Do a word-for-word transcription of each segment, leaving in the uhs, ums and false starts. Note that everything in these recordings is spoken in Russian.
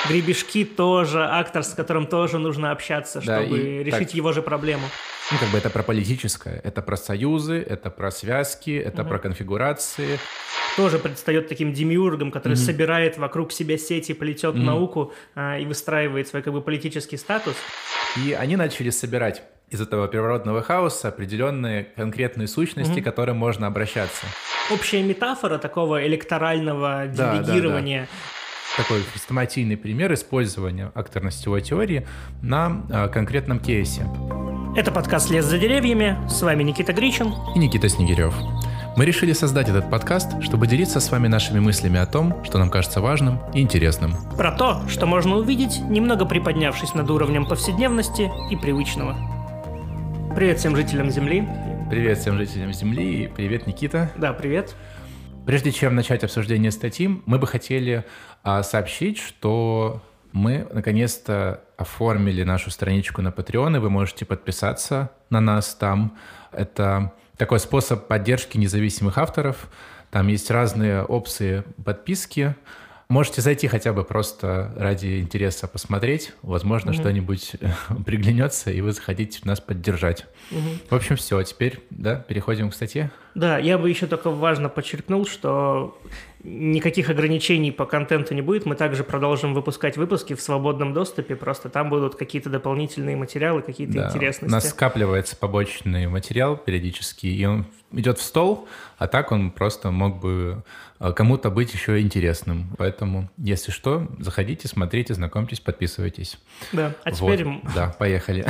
Гребешки тоже, актор, с которым тоже нужно общаться, Да, чтобы и решить так- его же проблему. Ну, как бы это про политическое, это про союзы, это про связки, это про конфигурации. Тоже предстает таким демиургом, который собирает вокруг себя сети, плетет науку а, и выстраивает свой как бы политический статус. И они начали собирать из этого первородного хаоса определенные конкретные сущности, к которым можно обращаться. Общая метафора такого электорального Да, делегирования. Такой хрестоматийный пример использования акторно-сетевой теории на а, конкретном кейсе. Это подкаст «Лес за деревьями». С вами Никита Гричин. И Никита Снегирев. Мы решили создать этот подкаст, чтобы делиться с вами нашими мыслями о том, что нам кажется важным и интересным. Про то, что можно увидеть, немного приподнявшись над уровнем повседневности и привычного. Привет всем жителям Земли. Привет всем жителям Земли и привет, Никита. Да, привет. Прежде чем начать обсуждение статьи, мы бы хотели а, сообщить, что мы наконец-то оформили нашу страничку на Patreon, и вы можете подписаться на нас там. Это такой способ поддержки независимых авторов. Там есть разные опции подписки. Можете зайти хотя бы просто ради интереса посмотреть. Возможно, mm-hmm. что-нибудь приглянется, и вы захотите нас поддержать. Mm-hmm. В общем, все. Теперь, да, переходим к статье. Да, я бы еще только важно подчеркнул, что никаких ограничений по контенту не будет. Мы также продолжим выпускать выпуски в свободном доступе. Просто там будут какие-то дополнительные материалы, какие-то да, интересности. У нас скапливается побочный материал периодически, и он идет в стол, а так он просто мог бы кому-то быть еще интересным. Поэтому, если что, заходите, смотрите, знакомьтесь, подписывайтесь. Да, а теперь... Вот. Да, поехали.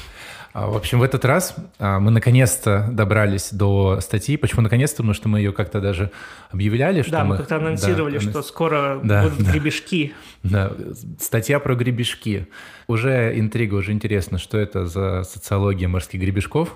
В общем, в этот раз мы наконец-то добрались до статьи. Почему наконец-то? Потому что мы ее как-то даже объявляли. Что да, мы мы как-то анонсировали, да, что скоро да, будут да. гребешки. Да, статья про гребешки. Уже интрига, уже интересно, что это за социология морских гребешков.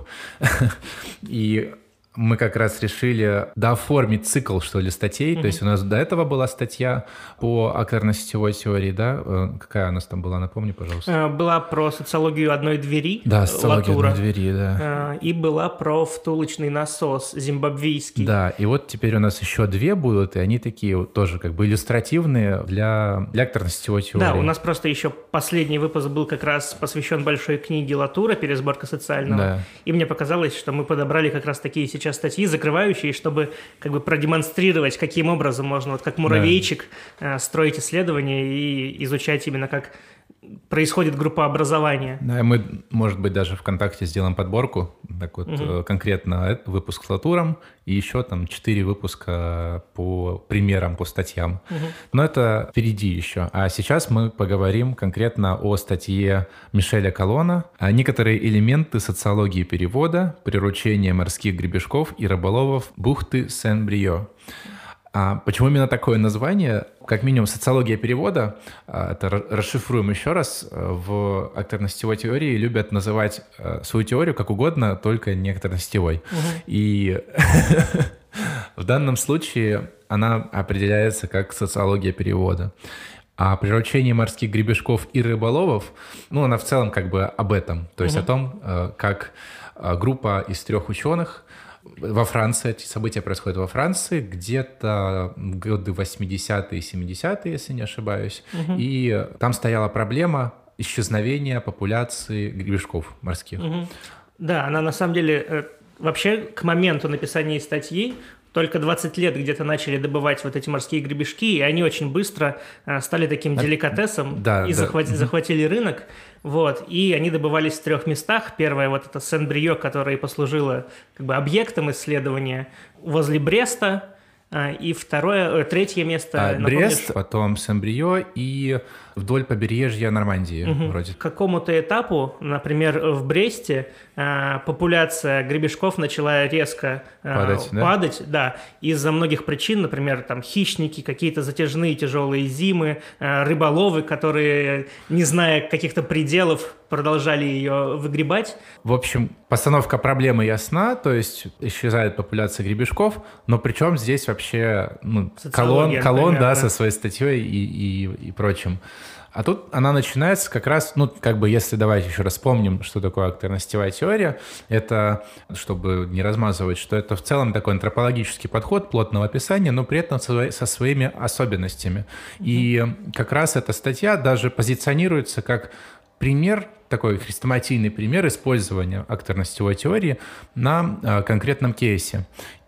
И мы как раз решили дооформить цикл, что ли, статей. Mm-hmm. То есть у нас до этого была статья по акторно-сетевой теории, да? Какая у нас там была, напомни, пожалуйста. Была про социологию одной двери. Да, социологию Латура. одной двери, да. И была про втулочный насос зимбабвийский. Да, и вот теперь у нас еще две будут, и они такие тоже как бы иллюстративные для, для акторно-сетевой теории. Да, у нас просто еще последний выпуск был как раз посвящен большой книге Латура «Пересборка социального». Да. И мне показалось, что мы подобрали как раз такие сейчас статьи, закрывающие, чтобы как бы продемонстрировать, каким образом можно, вот как муравейчик, да. строить исследования и изучать именно, как происходит группообразование. Да, мы, может быть, даже ВКонтакте сделаем подборку, так вот, угу. конкретно выпуск с Латуром, и еще там четыре выпуска по примерам, по статьям. Угу. Но это впереди еще. А сейчас мы поговорим конкретно о статье Мишеля Коллона «Некоторые элементы социологии перевода, приручения морских гребешков и рыболовов бухты Сен-Брио». А почему именно такое название? Как минимум, социология перевода, это расшифруем еще раз, в акторно-сетевой теории любят называть свою теорию как угодно, только не акторно-сетевой. Угу. И в данном случае она определяется как социология перевода. А приручение морских гребешков и рыболовов, ну, она в целом как бы об этом. То есть угу. о том, как группа из трех ученых во Франции, эти события происходят во Франции, где-то годы восьмидесятые, семидесятые, если не ошибаюсь. Угу. И там стояла проблема исчезновения популяции гребешков морских. Угу. Да, она на самом деле, вообще к моменту написания статьи только двадцать лет где-то начали добывать вот эти морские гребешки, и они очень быстро стали таким деликатесом да, и да. захват... захватили рынок. Вот, и они добывались в трех местах. Первое вот это Сен-Брио, которое послужило как бы объектом исследования возле Бреста. И второе, третье место... А, Брест, потом Сен-Брио и вдоль побережья Нормандии. Угу. Вроде. К какому-то этапу, например, в Бресте популяция гребешков начала резко падать, падать да? да, из-за многих причин, например, там хищники, какие-то затяжные тяжелые зимы, рыболовы, которые, не зная каких-то пределов, продолжали ее выгребать. В общем, постановка проблемы ясна, то есть исчезает популяция гребешков, но причем здесь вообще ну, колон, колон да, со своей статьей и, и, и прочим. А тут она начинается как раз, ну, как бы, если давайте еще раз вспомним, что такое акторно-сетевая теория, это, чтобы не размазывать, что это в целом такой антропологический подход плотного описания, но при этом со, со своими особенностями. Mm-hmm. И как раз эта статья даже позиционируется как пример, такой хрестоматийный пример использования акторно-сетевой теории на а, конкретном кейсе.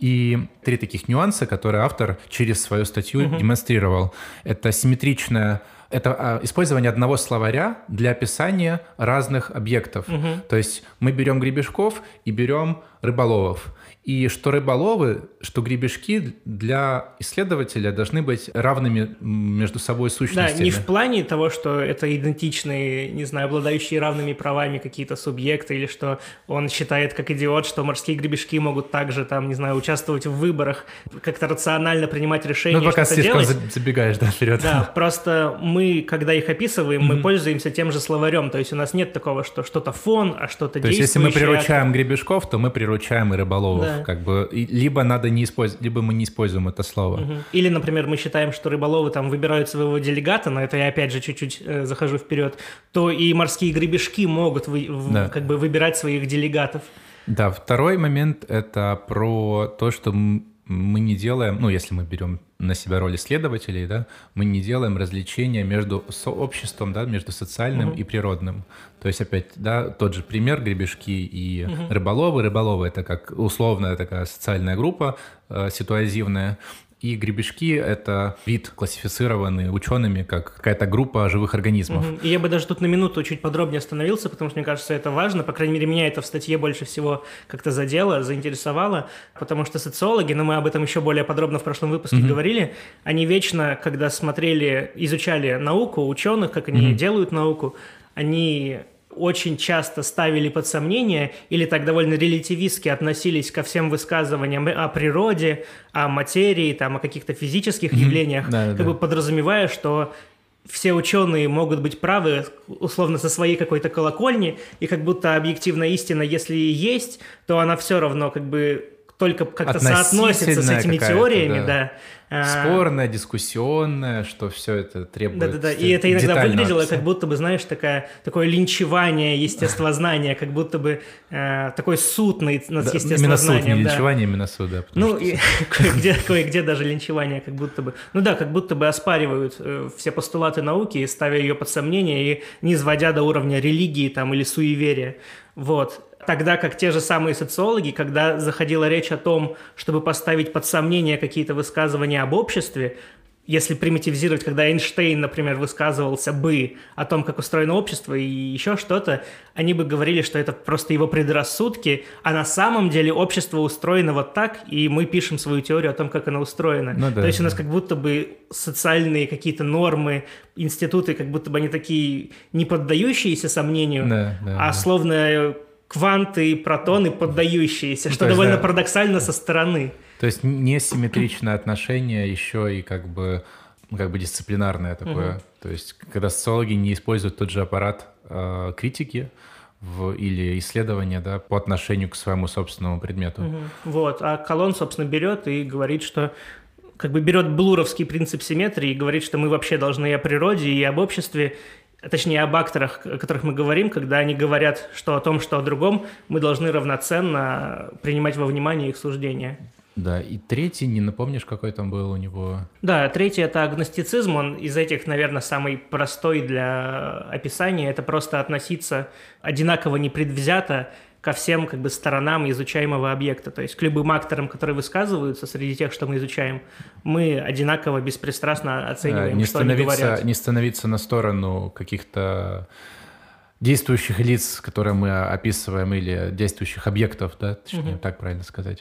И три таких нюанса, которые автор через свою статью mm-hmm. демонстрировал. Это симметричная Это использование одного словаря для описания разных объектов. Угу. То есть мы берем гребешков и берем рыболовов. И что рыболовы, что гребешки для исследователя должны быть равными между собой сущностями. Да, не в плане того, что это идентичные, не знаю, обладающие равными правами какие-то субъекты, или что он считает как идиот, что морские гребешки могут также, там, не знаю, участвовать в выборах, как-то рационально принимать решения, ну, пока что-то делать. Ну, пока забегаешь, да, вперед. Да, просто мы, когда их описываем, mm-hmm. мы пользуемся тем же словарем, то есть у нас нет такого, что что-то фон, а что-то то действующее. То есть если мы приручаем гребешков, то мы приручаем и рыболовов. Да. Как бы, либо надо не использовать, либо мы не используем это слово. Угу. Или, например, мы считаем, что рыболовы там выбирают своего делегата, но это я опять же чуть-чуть э, захожу вперед, то и морские гребешки могут вы, да. в, как бы выбирать своих делегатов. Да, второй момент – это про то, что мы не делаем, ну, если мы берем на себя роль исследователей, да, мы не делаем различения между сообществом, да, между социальным uh-huh. и природным. То есть, опять, да, тот же пример, гребешки и uh-huh. рыболовы. Рыболовы – это как условная такая социальная группа, э, ситуативная, и гребешки – это вид, классифицированный учеными как какая-то группа живых организмов. Угу. И я бы даже тут на минуту чуть подробнее остановился, потому что, мне кажется, это важно. По крайней мере, меня это в статье больше всего как-то задело, заинтересовало, потому что социологи, но мы об этом еще более подробно в прошлом выпуске угу. говорили, они вечно, когда смотрели, изучали науку, ученых, как они угу. делают науку, они очень часто ставили под сомнение или так довольно релятивистски относились ко всем высказываниям о природе, о материи, там, о каких-то физических mm-hmm. явлениях, да, как да. бы подразумевая, что все ученые могут быть правы, условно, со своей какой-то колокольни, и как будто объективная истина, если и есть, то она все равно как бы только как-то соотносится с этими теориями, да. да. Спорная, дискуссионная, что все это требует. Да-да-да, и это иногда выглядело, как будто бы, знаешь, такая, такое линчевание естествознания, как будто бы э, такой суд над да, естествознанием. Именно суд, не да. линчевание, именно суд, да. Ну, и кое-где, кое-где даже линчевание, как будто бы. Ну да, как будто бы оспаривают э, все постулаты науки, ставя ее под сомнение и не изводя до уровня религии там, или суеверия. Вот. Тогда как те же самые социологи, когда заходила речь о том, чтобы поставить под сомнение какие-то высказывания об обществе, если примитивизировать, когда Эйнштейн, например, высказывался бы о том, как устроено общество и еще что-то, они бы говорили, что это просто его предрассудки, а на самом деле общество устроено вот так, и мы пишем свою теорию о том, как оно устроено. Ну, да, То есть да. у нас как будто бы социальные какие-то нормы, институты, как будто бы они такие не поддающиеся сомнению, да, да, а да. словно кванты, протоны поддающиеся, что есть, довольно да. парадоксально со стороны. То есть несимметричное отношение еще и как бы, как бы дисциплинарное такое. Угу. То есть когда социологи не используют тот же аппарат э, критики в, или исследования, да, по отношению к своему собственному предмету. Угу. Вот, а Колон, собственно, берет и говорит, что как бы берет блуровский принцип симметрии и говорит, что мы вообще должны и о природе, и об обществе, точнее, об акторах, о которых мы говорим, когда они говорят, что о том, что о другом, мы должны равноценно принимать во внимание их суждения. Да, и третий, не напомнишь, какой там был у него? Да, третий – это агностицизм, он из этих, наверное, самый простой для описания, это просто относиться одинаково непредвзято ко всем как бы сторонам изучаемого объекта, то есть к любым акторам, которые высказываются среди тех, что мы изучаем, мы одинаково беспристрастно оцениваем, не что они говорят. Не становиться на сторону каких-то действующих лиц, которые мы описываем, или действующих объектов, да, точнее, угу. так правильно сказать.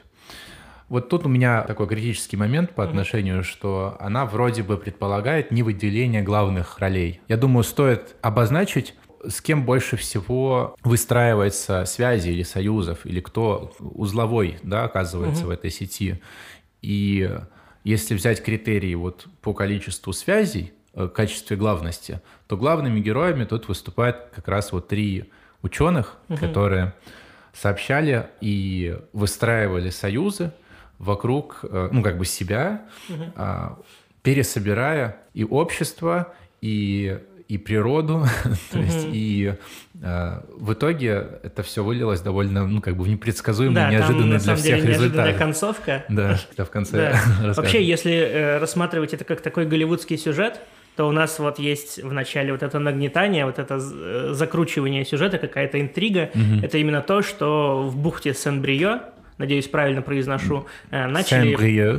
Вот тут у меня такой критический момент по отношению, mm-hmm. что она вроде бы предполагает не выделение главных ролей. Я думаю, стоит обозначить, с кем больше всего выстраивается связи или союзов, или кто узловой, да, оказывается mm-hmm. в этой сети. И если взять критерии вот по количеству связей, в качестве главности, то главными героями тут выступают как раз вот три ученых, угу. которые сообщали и выстраивали союзы вокруг, ну, как бы себя, угу. пересобирая и общество, и, и природу, то угу. есть и в итоге это все вылилось довольно, ну, как бы в непредсказуемый, да, неожиданный там, для всех деле, результат. Неожиданная концовка. Да, в конце да. Вообще, если э, рассматривать это как такой голливудский сюжет, то у нас вот есть в начале вот это нагнетание, вот это закручивание сюжета, какая-то интрига. Mm-hmm. Это именно то, что в бухте Сен-Брио, надеюсь, правильно произношу, начали,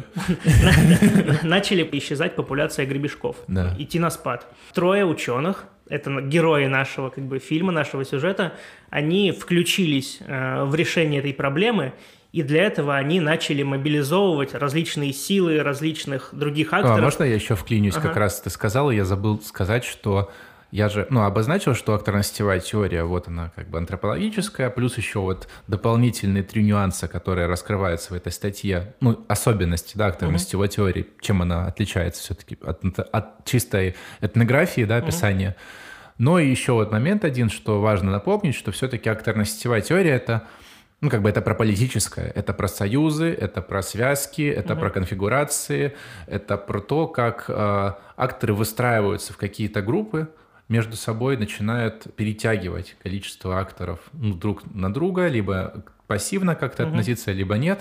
начали исчезать популяция гребешков, да. идти на спад. Трое ученых, это герои нашего как бы, фильма, нашего сюжета, они включились в решение этой проблемы. И для этого они начали мобилизовывать различные силы различных других акторов. А, можно я еще вклинюсь? Ага. Как раз ты сказал, и я забыл сказать, что я же ну, обозначил, что акторно-сетевая теория, вот она как бы антропологическая, плюс еще вот дополнительные три нюанса, которые раскрываются в этой статье, ну, особенности да, акторно-сетевой угу. теории, чем она отличается все-таки от, от чистой этнографии, да, описания. Угу. Но и еще вот момент один, что важно напомнить, что все-таки акторно-сетевая теория – это Ну, как бы это про политическое, это про союзы, это про связки, это угу. про конфигурации, это про то, как э, акторы выстраиваются в какие-то группы, между собой начинают перетягивать количество акторов ну, друг на друга, либо пассивно как-то угу. относиться, либо нет.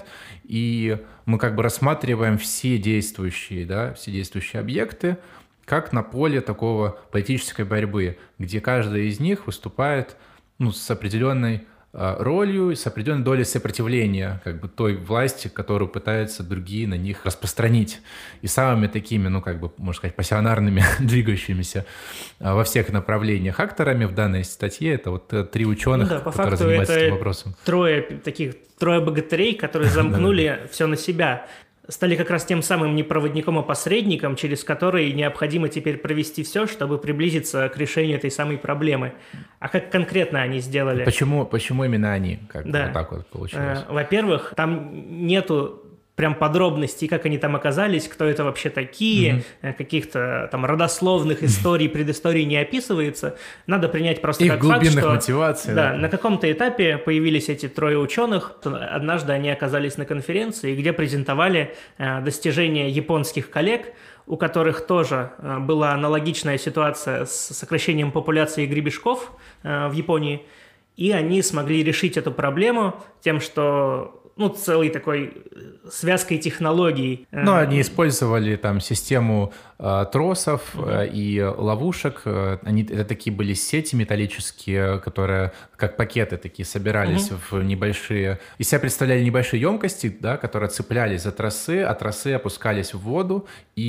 И мы как бы рассматриваем все действующие, да, все действующие объекты, как на поле такого политической борьбы, где каждый из них выступает ну, с определенной ролью, с определенной долей сопротивления как бы той власти, которую пытаются другие на них распространить. И самыми такими, ну, как бы, можно сказать, пассионарными, двигающимися во всех направлениях акторами в данной статье это вот три ученых, ну да, по которые факту занимаются это этим вопросом. Трое таких, трое богатырей, которые замкнули все на себя. Стали как раз тем самым не проводником, а посредником, через который необходимо теперь провести все, чтобы приблизиться к решению этой самой проблемы. А как конкретно они сделали? Почему, почему именно они? Как да. вот так вот получилось? Во-первых, там нету прям подробностей, как они там оказались, кто это вообще такие, mm-hmm. каких-то там родословных историй, предысторий не описывается. Надо принять просто их как факт, что мотиваций, да, да. на каком-то этапе появились эти трое ученых. Однажды они оказались на конференции, где презентовали достижения японских коллег, у которых тоже была аналогичная ситуация с сокращением популяции гребешков в Японии. И они смогли решить эту проблему тем, что ну, целой такой связкой технологий. Ну, они использовали там систему э, тросов э, и ловушек. Они, это такие были сети металлические, которые как пакеты такие собирались uh-huh. в небольшие... Из себя представляли небольшие емкости, да, которые цеплялись за тросы, а тросы опускались в воду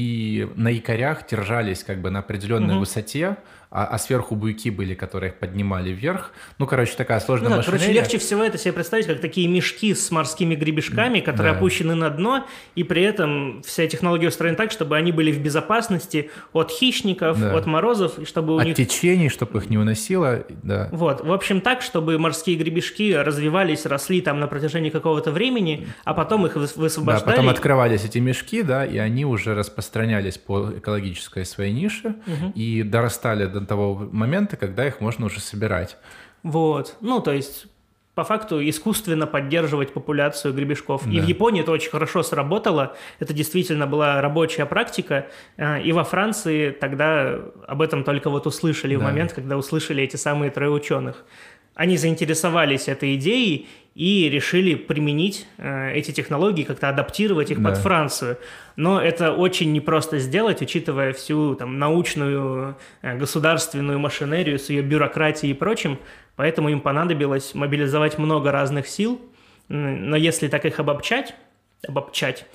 и на якорях держались как бы на определенной uh-huh. высоте, а, а сверху буйки были, которые их поднимали вверх. Ну, короче, такая сложная ну, да, машинерия. Короче, легче всего это себе представить, как такие мешки с морскими гребешками, которые да. опущены на дно, и при этом вся технология устроена так, чтобы они были в безопасности от хищников, да. от морозов, и чтобы у от них... течений, чтобы их не уносило. Да. Вот, в общем, так, чтобы морские гребешки развивались, росли там на протяжении какого-то времени, а потом их высвобождали. Да, потом открывались эти мешки, да, и они уже распространялись по экологической своей нише угу. и дорастали до того момента, когда их можно уже собирать. Вот, ну, то есть... по факту искусственно поддерживать популяцию гребешков. Да. И в Японии это очень хорошо сработало. Это действительно была рабочая практика. И во Франции тогда об этом только вот услышали да. в момент, когда услышали эти самые трое ученых. Они заинтересовались этой идеей и решили применить э, эти технологии, как-то адаптировать их да. под Францию. Но это очень непросто сделать, учитывая всю там, научную, э, государственную машинерию с ее бюрократией и прочим. Поэтому им понадобилось мобилизовать много разных сил. Но если так их обобщать... Обобщать...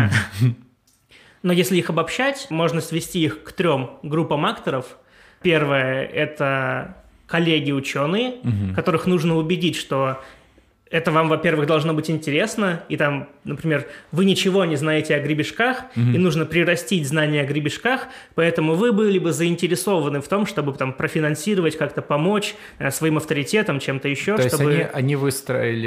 Но если их обобщать, можно свести их к трем группам акторов. Первое – это... коллеги-ученые, угу. которых нужно убедить, что это вам, во-первых, должно быть интересно, и там, например, вы ничего не знаете о гребешках, угу. и нужно прирастить знания о гребешках, поэтому вы были бы заинтересованы в том, чтобы там профинансировать, как-то помочь э, своим авторитетом, чем-то еще. То чтобы... есть они, они выстроили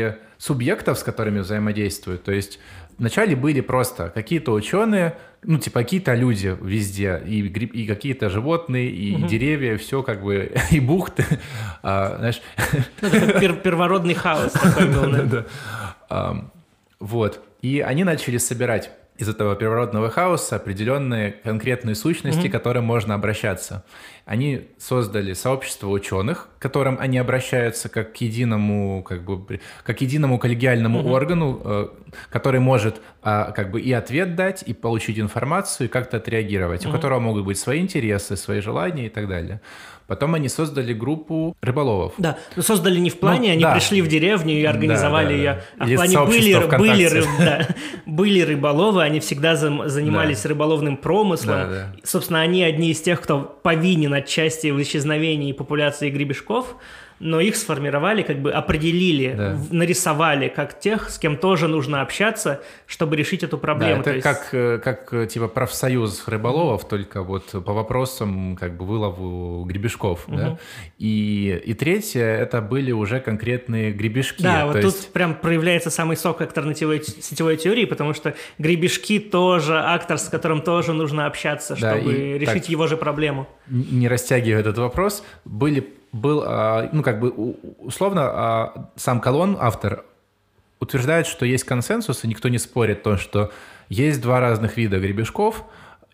субъектов, с которыми взаимодействуют. То есть вначале были просто какие-то ученые, ну, типа какие-то люди везде, и, и какие-то животные, и угу. деревья, все как бы, и бухты, а, знаешь. Ну, это пер- первородный хаос такой был, да. А, вот. И они начали собирать из этого первородного хаоса определенные конкретные сущности, mm-hmm. к которым можно обращаться. Они создали сообщество ученых, к которым они обращаются как к единому, как бы, как к единому коллегиальному mm-hmm. органу, э, который может э, как бы и ответ дать, и получить информацию, и как-то отреагировать, mm-hmm. у которого могут быть свои интересы, свои желания и так далее. Потом они создали группу рыболовов. Да, но создали не в плане, ну, они да. пришли в деревню и организовали да, да, ее, да. а в плане были, были, рыб, да, были рыболовы, они всегда занимались да. рыболовным промыслом. Да, да. Собственно, они одни из тех, кто повинен отчасти в исчезновении популяции гребешков, но их сформировали, как бы определили, да. нарисовали как тех, с кем тоже нужно общаться, чтобы решить эту проблему. Да, это То есть... как, как типа профсоюз рыболовов, mm-hmm. только вот по вопросам как бы вылову гребешков. Mm-hmm. Да? И, и третье, это были уже конкретные гребешки. Да, вот То тут есть... прям проявляется самый сок альтернативной сетевой теории, потому что гребешки тоже актор, с которым тоже нужно общаться, да, чтобы решить так, его же проблему. Не растягивая этот вопрос, были... был, ну, как бы, условно, сам Колон, автор, утверждает, что есть консенсус, и никто не спорит о том, что есть два разных вида гребешков,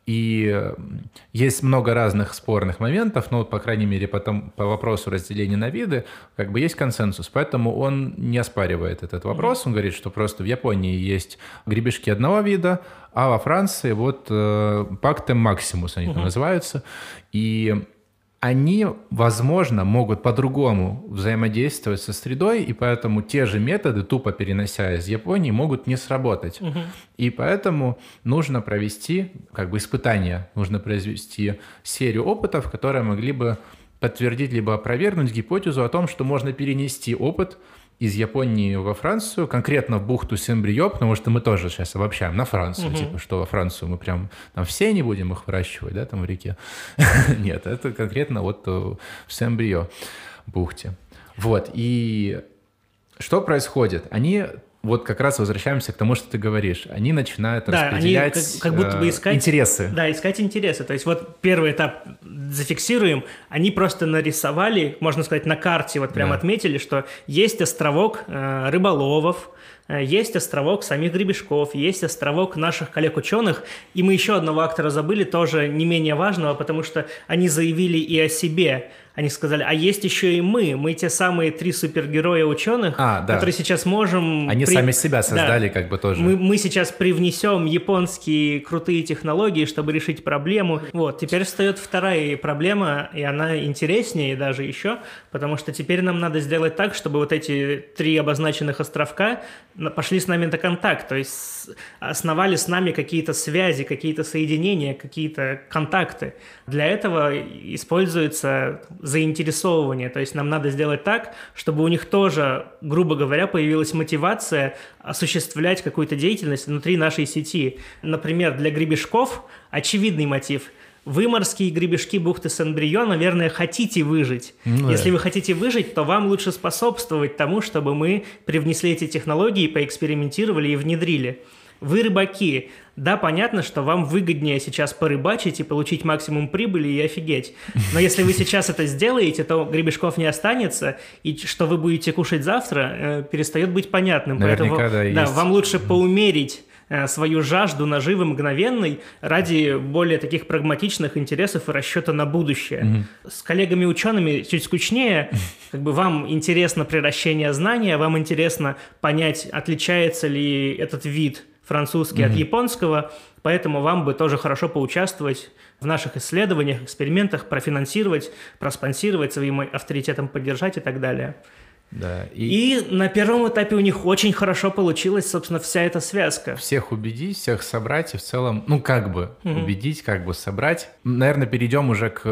и есть много разных спорных моментов, но, по крайней мере, потом, по вопросу разделения на виды, как бы есть консенсус, поэтому он не оспаривает этот вопрос, он говорит, что просто в Японии есть гребешки одного вида, а во Франции вот пактем максимус они там называются, и... они, возможно, могут по-другому взаимодействовать со средой, и поэтому те же методы, тупо перенося из Японии, могут не сработать. Угу. И поэтому нужно провести как бы испытания, нужно произвести серию опытов, которые могли бы подтвердить либо опровергнуть гипотезу о том, что можно перенести опыт из Японии во Францию, конкретно в бухту Сен-Бриё, потому что мы тоже сейчас обобщаем на Францию, uh-huh. типа, что во Францию мы прям там все не будем их выращивать, да, там в реке. Нет, это конкретно вот в Сен-Бриё бухте. Вот, и что происходит? Они... Вот как раз возвращаемся к тому, что ты говоришь. Они начинают да, распределять они как, как будто бы искать, интересы. Да, искать интересы. То есть вот первый этап зафиксируем. Они просто нарисовали, можно сказать, на карте, вот прям да. отметили, что есть островок э, рыболовов, э, есть островок самих гребешков, есть островок наших коллег-ученых. И мы еще одного актора забыли, тоже не менее важного, потому что они заявили и о себе. Они сказали, а есть еще и мы, мы те самые три супергероя ученых, а, да. которые сейчас можем... Они при... сами себя создали да. как бы тоже. Мы, мы сейчас привнесем японские крутые технологии, чтобы решить проблему. Вот, теперь встает вторая проблема, и она интереснее даже еще, потому что теперь нам надо сделать так, чтобы вот эти три обозначенных островка пошли с нами на контакт, то есть основали с нами какие-то связи, какие-то соединения, какие-то контакты. Для этого используется... заинтересовывание, то есть нам надо сделать так, чтобы у них тоже, грубо говоря, появилась мотивация осуществлять какую-то деятельность внутри нашей сети. Например, для гребешков очевидный мотив. Вы, морские гребешки бухты Сен-Бриё, наверное, хотите выжить. Ну, Если да. вы хотите выжить, то вам лучше способствовать тому, чтобы мы привнесли эти технологии, поэкспериментировали и внедрили. Вы рыбаки. Да, понятно, что вам выгоднее сейчас порыбачить и получить максимум прибыли и офигеть. Но если вы сейчас это сделаете, то гребешков не останется, и что вы будете кушать завтра, э, перестает быть понятным. Наверняка, Поэтому да, да, есть. вам лучше поумерить э, свою жажду наживы мгновенной ради более таких прагматичных интересов и расчета на будущее. Mm-hmm. С коллегами-учеными чуть скучнее. Как бы вам интересно приращение знания, вам интересно понять, отличается ли этот вид французский mm-hmm. от японского, поэтому вам бы тоже хорошо поучаствовать в наших исследованиях, экспериментах, профинансировать, проспонсировать, своим авторитетом поддержать и так далее. Да, и... и на первом этапе у них очень хорошо получилась, собственно, вся эта связка. Всех убедить, всех собрать и в целом, ну, как бы mm-hmm. убедить, как бы собрать. Наверное, перейдем уже к,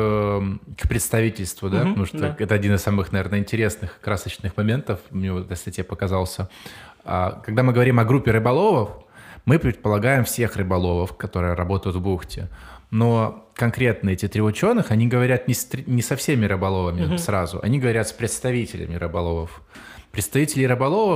к представительству, да, mm-hmm, потому что да. это один из самых, наверное, интересных, красочных моментов, мне в этой статье показался. Когда мы говорим о группе рыболовов, мы предполагаем всех рыболовов, которые работают в бухте. Но конкретно эти три ученых, они говорят не, с, не со всеми рыболовами mm-hmm. сразу, они говорят с представителями рыболовов. Представители рыболовов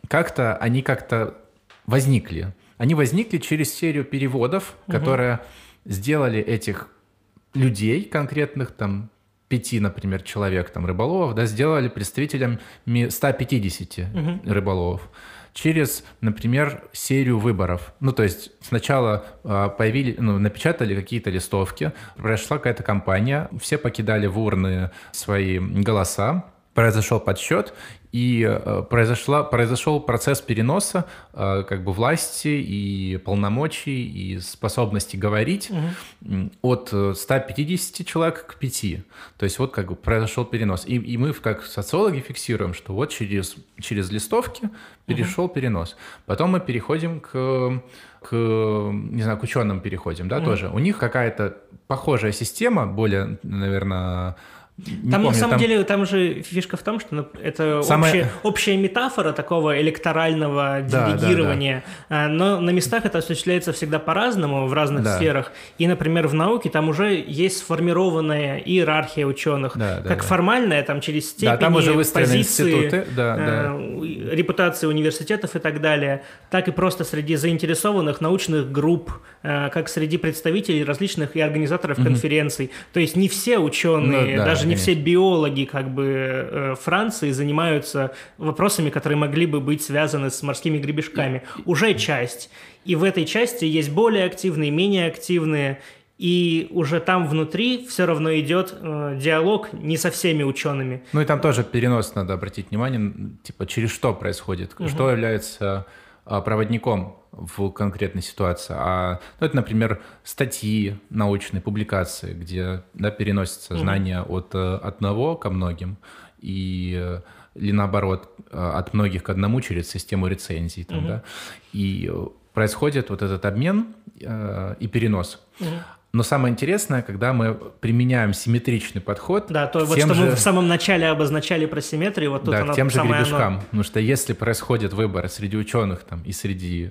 как-то они как-то возникли. Они возникли через серию переводов, угу. которые сделали этих людей конкретных, там, пяти, например, человек, там, рыболовов, да, сделали представителями ста пятидесяти угу. рыболовов. Через, например, серию выборов. Ну, то есть сначала э, появились, ну, напечатали какие-то листовки, прошла какая-то кампания, все покидали в урны свои голоса, произошел подсчет, и э, произошла, произошел процесс переноса э, как бы власти и полномочий, и способности говорить угу. от ста пятидесяти человек к пяти. То есть вот как бы произошел перенос. И, и мы как социологи фиксируем, что вот через, через листовки перешел угу. перенос. Потом мы переходим к, к, не знаю, к ученым переходим, да, угу. тоже. У них какая-то похожая система, более, наверное... Не там, помню, на самом там... деле, там же фишка в том, что ну, это Самое... общая, общая метафора такого электорального делегирования, да, да, да. но на местах это осуществляется всегда по-разному в разных да. сферах. И, например, в науке там уже есть сформированная иерархия ученых, да, да, как да. формальная, там через степени, да, там уже позиции, да, да. э, репутации университетов и так далее, так и просто среди заинтересованных научных групп, э, как среди представителей различных и организаторов mm-hmm. конференций. То есть не все ученые, ну, да. даже не все биологи как бы Франции занимаются вопросами, которые могли бы быть связаны с морскими гребешками. Уже часть. И в этой части есть более активные, менее активные. И уже там внутри все равно идет э, диалог не со всеми учеными. Ну и там тоже перенос, надо обратить внимание, типа через что происходит, угу. что является э, проводником в конкретной ситуации. А, ну, это, например, статьи научные, публикации, где да, переносятся mm-hmm. знания от одного ко многим, и, или наоборот, от многих к одному через систему рецензий. Там, mm-hmm. да, и происходит вот этот обмен э, и перенос. Mm-hmm. Но самое интересное, когда мы применяем симметричный подход... Да, то вот что же... мы в самом начале обозначали про симметрию, вот тут да, оно к тем же гребешкам. Оно... Потому что если происходит выбор среди ученых там, и среди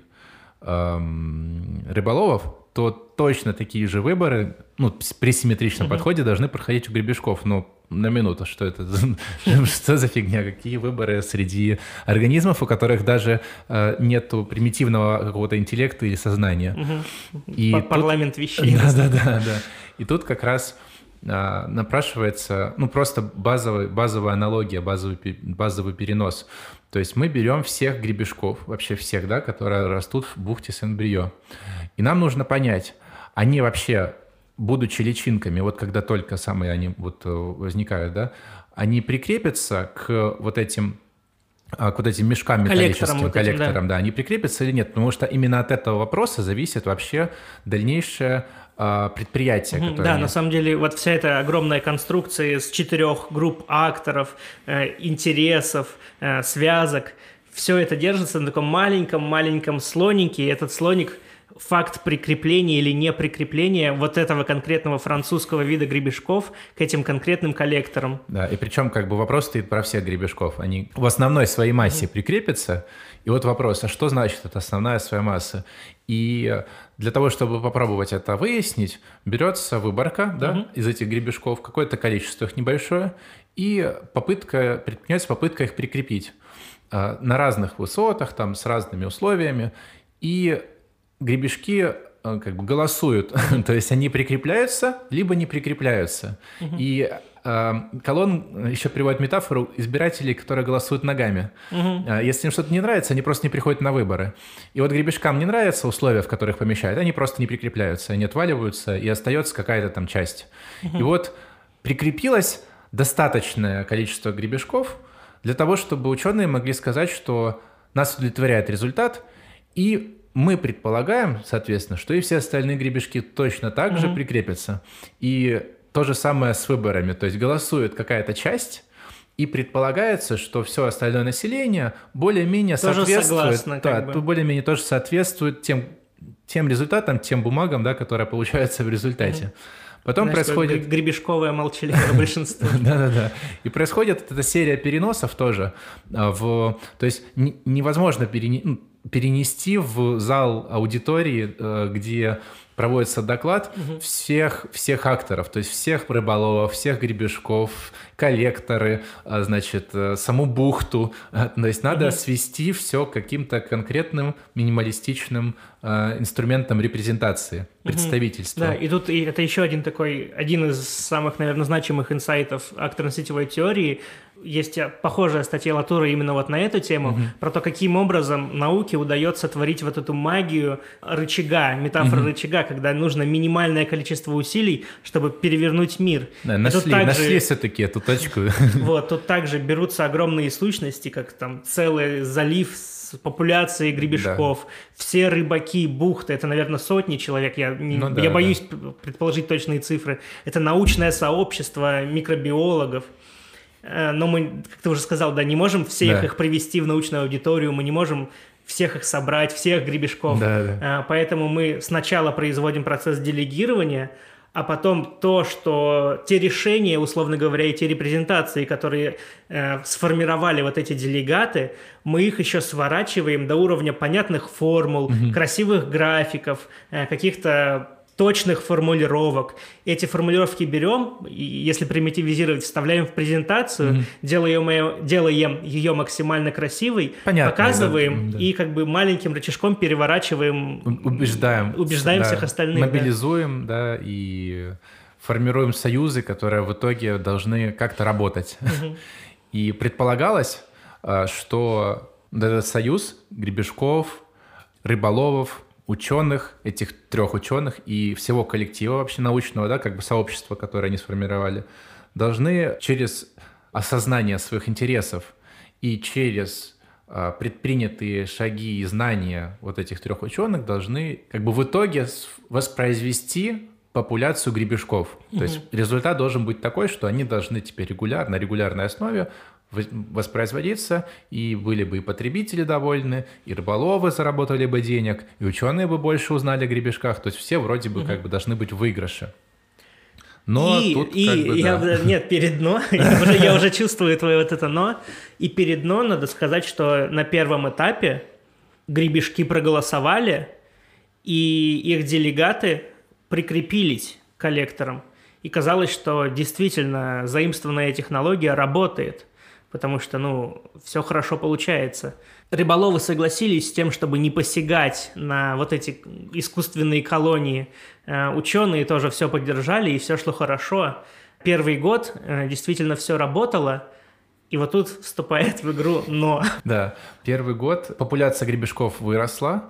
рыболовов, то точно такие же выборы ну, при симметричном uh-huh. подходе должны проходить у гребешков. Но на минуту, что это? Что за фигня? Какие выборы среди организмов, у которых даже нету примитивного какого-то интеллекта или сознания? Парламент вещей. Да-да-да. И тут как раз напрашивается ну, просто базовый, базовая аналогия, базовый, базовый перенос. То есть мы берем всех гребешков, вообще всех, да, которые растут в бухте Сен-Брио. И нам нужно понять, они вообще, будучи личинками, вот когда только самые они вот возникают, да, они прикрепятся к вот этим, к вот этим мешкам металлическим, коллекторам, коллекторам, да. да, они прикрепятся или нет, потому что именно от этого вопроса зависит вообще дальнейшее предприятия. Mm-hmm, да, они... на самом деле вот вся эта огромная конструкция из четырех групп акторов, э, интересов, э, связок, все это держится на таком маленьком-маленьком слонике, и этот слоник, факт прикрепления или не прикрепления вот этого конкретного французского вида гребешков к этим конкретным коллекторам. Да, и причем как бы вопрос стоит про всех гребешков. Они в основной своей массе mm-hmm. прикрепятся, и вот вопрос, а что значит эта основная своя масса? И для того, чтобы попробовать это выяснить, берется выборка да, uh-huh. из этих гребешков, какое-то количество их небольшое, и попытка, предпринимается попытка их прикрепить э, на разных высотах, там, с разными условиями, и гребешки э, как бы голосуют, то есть они прикрепляются, либо не прикрепляются. Uh-huh. И Колон еще приводит метафору избирателей, которые голосуют ногами. Угу. Если им что-то не нравится, они просто не приходят на выборы. И вот гребешкам не нравятся условия, в которых помещают, они просто не прикрепляются, они отваливаются, и остается какая-то там часть. Угу. И вот прикрепилось достаточное количество гребешков для того, чтобы ученые могли сказать, что нас удовлетворяет результат, и мы предполагаем, соответственно, что и все остальные гребешки точно так угу. же прикрепятся. И то же самое с выборами, то есть голосует какая-то часть, и предполагается, что все остальное население более-менее тоже соответствует, согласно, да, бы. более-менее тоже соответствует тем, тем результатам, тем бумагам, да, которые получаются в результате. Потом Знаешь, происходит... Гребешковое молчаливое большинство. Да-да-да. И происходит эта серия переносов тоже. В... То есть невозможно перенести... перенести в зал аудитории, где проводится доклад, угу. всех, всех акторов, то есть всех рыболовов, всех гребешков, коллекторы, значит, саму бухту. То есть надо угу. свести все к каким-то конкретным минималистичным э, инструментам репрезентации, представительства. Да, и тут и это еще один такой, один из самых, наверное, значимых инсайтов акторно-сетевой теории. Есть похожая статья Латура именно вот на эту тему, угу. про то, каким образом науке удается творить вот эту магию рычага, метафора угу. рычага, когда нужно минимальное количество усилий, чтобы перевернуть мир. Да, нашли, также, нашли все-таки эту точку. Вот, тут также берутся огромные сущности, как там целый залив с популяцией гребешков, да. все рыбаки, бухты, это, наверное, сотни человек, я, не, ну, да, я боюсь да. предположить точные цифры. Это научное сообщество микробиологов. Но мы, как ты уже сказал, да, не можем всех да. их привести в научную аудиторию, мы не можем всех их собрать, всех гребешков. Да, да. Поэтому мы сначала производим процесс делегирования, а потом то, что те решения, условно говоря, и те репрезентации, которые э, сформировали вот эти делегаты, мы их еще сворачиваем до уровня понятных формул, угу. красивых графиков, э, каких-то точных формулировок. Эти формулировки берем, и, если примитивизировать, вставляем в презентацию, mm-hmm. делаем, делаем ее максимально красивой, понятно, показываем да, да. и как бы маленьким рычажком переворачиваем, убеждаем, убеждаем да, всех остальных. Мобилизуем, да, да и формируем союзы, которые в итоге должны как-то работать. Mm-hmm. И предполагалось, что этот союз гребешков, рыболовов, ученых, этих трех ученых и всего коллектива вообще научного, да, как бы сообщества, которое они сформировали, должны через осознание своих интересов и через а, предпринятые шаги и знания вот этих трех ученых должны как бы в итоге воспроизвести популяцию гребешков. Mm-hmm. То есть результат должен быть такой, что они должны теперь регулярно, на регулярной основе воспроизводиться, и были бы и потребители довольны, и рыболовы заработали бы денег, и ученые бы больше узнали о гребешках, то есть все вроде бы угу. как бы должны быть в выигрыше. Но и, тут и, как бы, я, да. Нет, перед «но», я уже, я уже чувствую твое вот это «но», и перед «но» надо сказать, что на первом этапе гребешки проголосовали, и их делегаты прикрепились к коллекторам, и казалось, что действительно заимствованная технология работает, потому что, ну, все хорошо получается. Рыболовы согласились с тем, чтобы не посягать на вот эти искусственные колонии. Ученые тоже все поддержали, и все шло хорошо. Первый год действительно все работало, и вот тут вступает в игру «но». Да, первый год популяция гребешков выросла,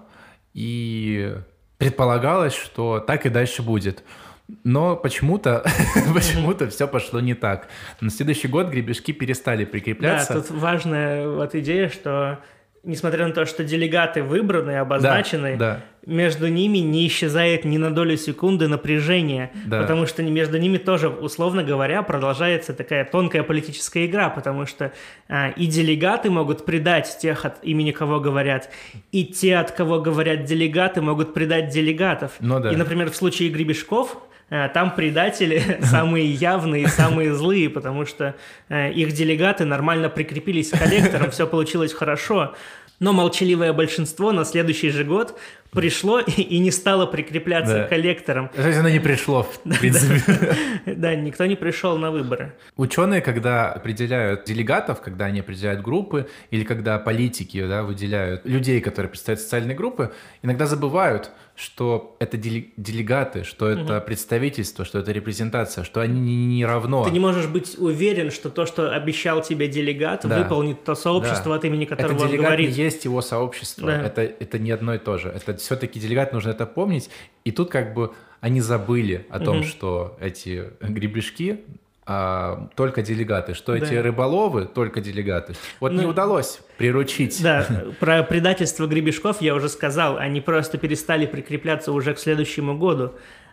и предполагалось, что так и дальше будет. Но почему-то, почему-то все пошло не так. На следующий год гребешки перестали прикрепляться. Да, тут важная вот идея, что несмотря на то, что делегаты выбраны, обозначены, да, да. между ними не исчезает ни на долю секунды напряжение, да. потому что между ними тоже, условно говоря, продолжается такая тонкая политическая игра, потому что а, и делегаты могут предать тех, от имени кого говорят, и те, от кого говорят делегаты, могут предать делегатов. Ну, да. И, например, в случае гребешков там предатели самые явные, самые злые, потому что их делегаты нормально прикрепились к коллекторам, все получилось хорошо. Но молчаливое большинство на следующий же год пришло и, и не стало прикрепляться да. к коллекторам. То есть оно не пришло, в принципе. Да, никто не пришел на выборы. Ученые, когда определяют делегатов, когда они определяют группы, или когда политики да, выделяют людей, которые представляют социальные группы, иногда забывают, что это делегаты, что это угу. представительство, что это репрезентация, что они не равно. Ты не можешь быть уверен, что то, что обещал тебе делегат, да. выполнит то сообщество, да. от имени которого это он говорит. Это есть его сообщество, да. это, это не одно и то же. Это все-таки делегат, нужно это помнить. И тут как бы они забыли о том, угу. что эти гребешки а, только делегаты, что да. эти рыболовы только делегаты. Вот ну, не удалось приручить. Да, про предательство гребешков я уже сказал. Они просто перестали прикрепляться уже к следующему году.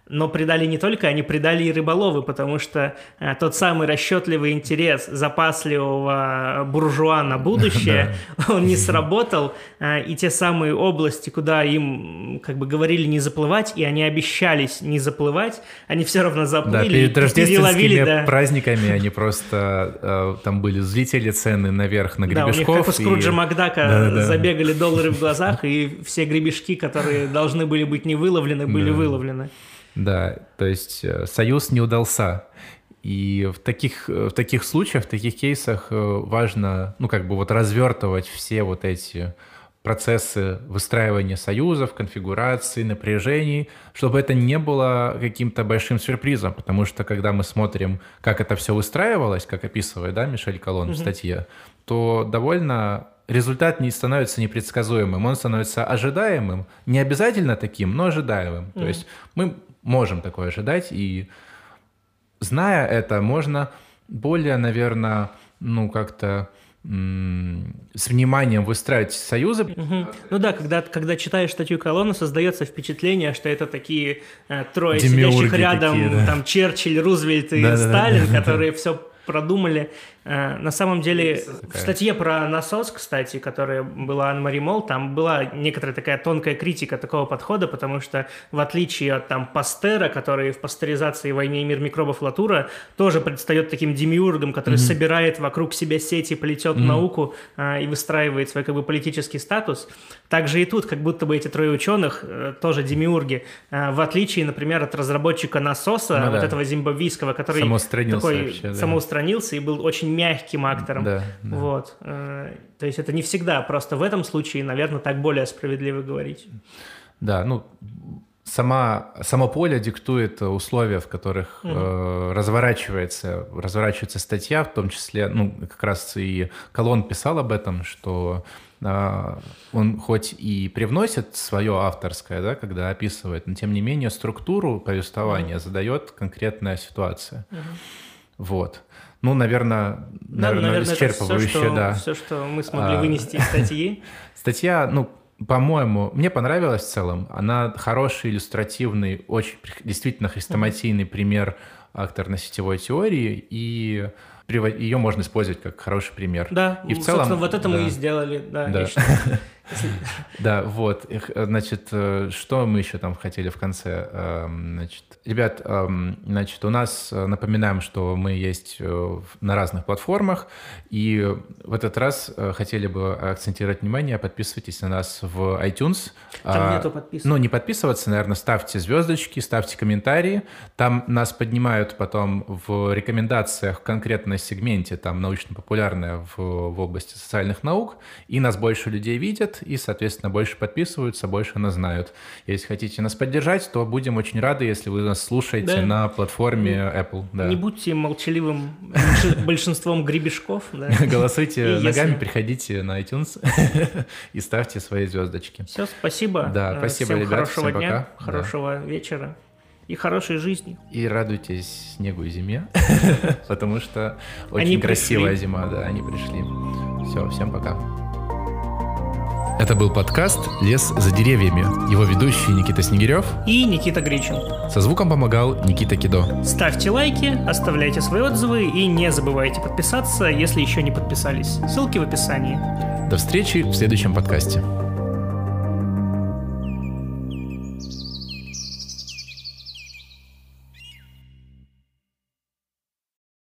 Но предали не только они, предали и рыболовы, потому что э, тот самый расчетливый интерес запасливого буржуа на будущее, он не сработал, э, и те самые области, куда им как бы говорили не заплывать, и они обещались не заплывать, они все равно заплыли. Да, перед рождественскими да. праздниками они просто, э, там были, взлетели цены наверх на гребешков. Да, у них как у Скруджа и... Макдака да, да. забегали доллары в глазах, и все гребешки, которые должны были быть не выловлены, были да. выловлены. Да, то есть союз не удался. И в таких, в таких случаях, в таких кейсах важно, ну, как бы вот развертывать все вот эти процессы выстраивания союзов, конфигурации, напряжений, чтобы это не было каким-то большим сюрпризом, потому что когда мы смотрим, как это все выстраивалось, как описывает, да, Мишель Коллон mm-hmm. в статье, то довольно... результат не становится непредсказуемым, он становится ожидаемым, не обязательно таким, но ожидаемым. Mm-hmm. То есть мы можем такое ожидать, и зная это, можно более, наверное, ну как-то м- с вниманием выстраивать союзы. Mm-hmm. Ну да, когда, когда читаешь статью Коллона, создается впечатление, что это такие э, трое демиурги сидящих рядом, такие, да. там Черчилль, Рузвельт и Сталин, которые все продумали. На самом деле, в статье про насос, кстати, которая была Анн-Мари Молл, там была некоторая такая тонкая критика такого подхода, потому что в отличие от там Пастера, который в пастеризации «Войне и мир микробов» Латура тоже предстает таким демиургом, который mm-hmm. собирает вокруг себя сети, плетет mm-hmm. науку а, и выстраивает свой как бы политический статус. Также и тут, как будто бы эти трое ученых а, тоже демиурги, а, в отличие, например, от разработчика насоса, ну, вот да. этого зимбабвийского, который самоустранился такой вообще, да. самоустранился и был очень мягким актором. Да, да. Вот. То есть это не всегда, просто в этом случае, наверное, так более справедливо говорить. Да, ну, сама, само поле диктует условия, в которых угу. э, разворачивается, разворачивается статья, в том числе, ну, как раз и Коллон писал об этом, что э, он хоть и привносит свое авторское, да, когда описывает, но тем не менее структуру повествования угу. задает конкретная ситуация. Угу. Вот. Ну, наверное, да, наверное, наверное исчерпывающе, это все, что, да. все, что мы смогли а, вынести из статьи. Статья, ну, по-моему, мне понравилась в целом. Она хороший, иллюстративный, очень действительно хрестоматийный mm-hmm. пример акторно-сетевой теории, и ее можно использовать как хороший пример. Да, и в целом, вот это да. мы и сделали. Да, да. Да, вот, значит, что мы еще там хотели в конце? Значит, ребят, значит, у нас, напоминаем, что мы есть на разных платформах, и в этот раз хотели бы акцентировать внимание, подписывайтесь на нас в iTunes. Там нету подписок. Ну, не подписываться, наверное, ставьте звездочки, ставьте комментарии, там нас поднимают потом в рекомендациях в конкретном сегменте, там научно-популярное в, в области социальных наук, и нас больше людей видят, и, соответственно, больше подписываются, больше нас знают. Если хотите нас поддержать, то будем очень рады, если вы нас слушаете да. на платформе Apple. Да. Не будьте молчаливым большинством гребешков. Голосуйте ногами, приходите на iTunes и ставьте свои звездочки. Все, спасибо. Да, спасибо, ребят. Хорошего дня, хорошего вечера и хорошей жизни. И радуйтесь снегу и зиме, потому что очень красивая зима, да, они пришли. Все, всем пока. Это был подкаст «Лес за деревьями». Его ведущие Никита Снегирев и Никита Гричин. Со звуком помогал Никита Кидо. Ставьте лайки, оставляйте свои отзывы и не забывайте подписаться, если еще не подписались. Ссылки в описании. До встречи в следующем подкасте.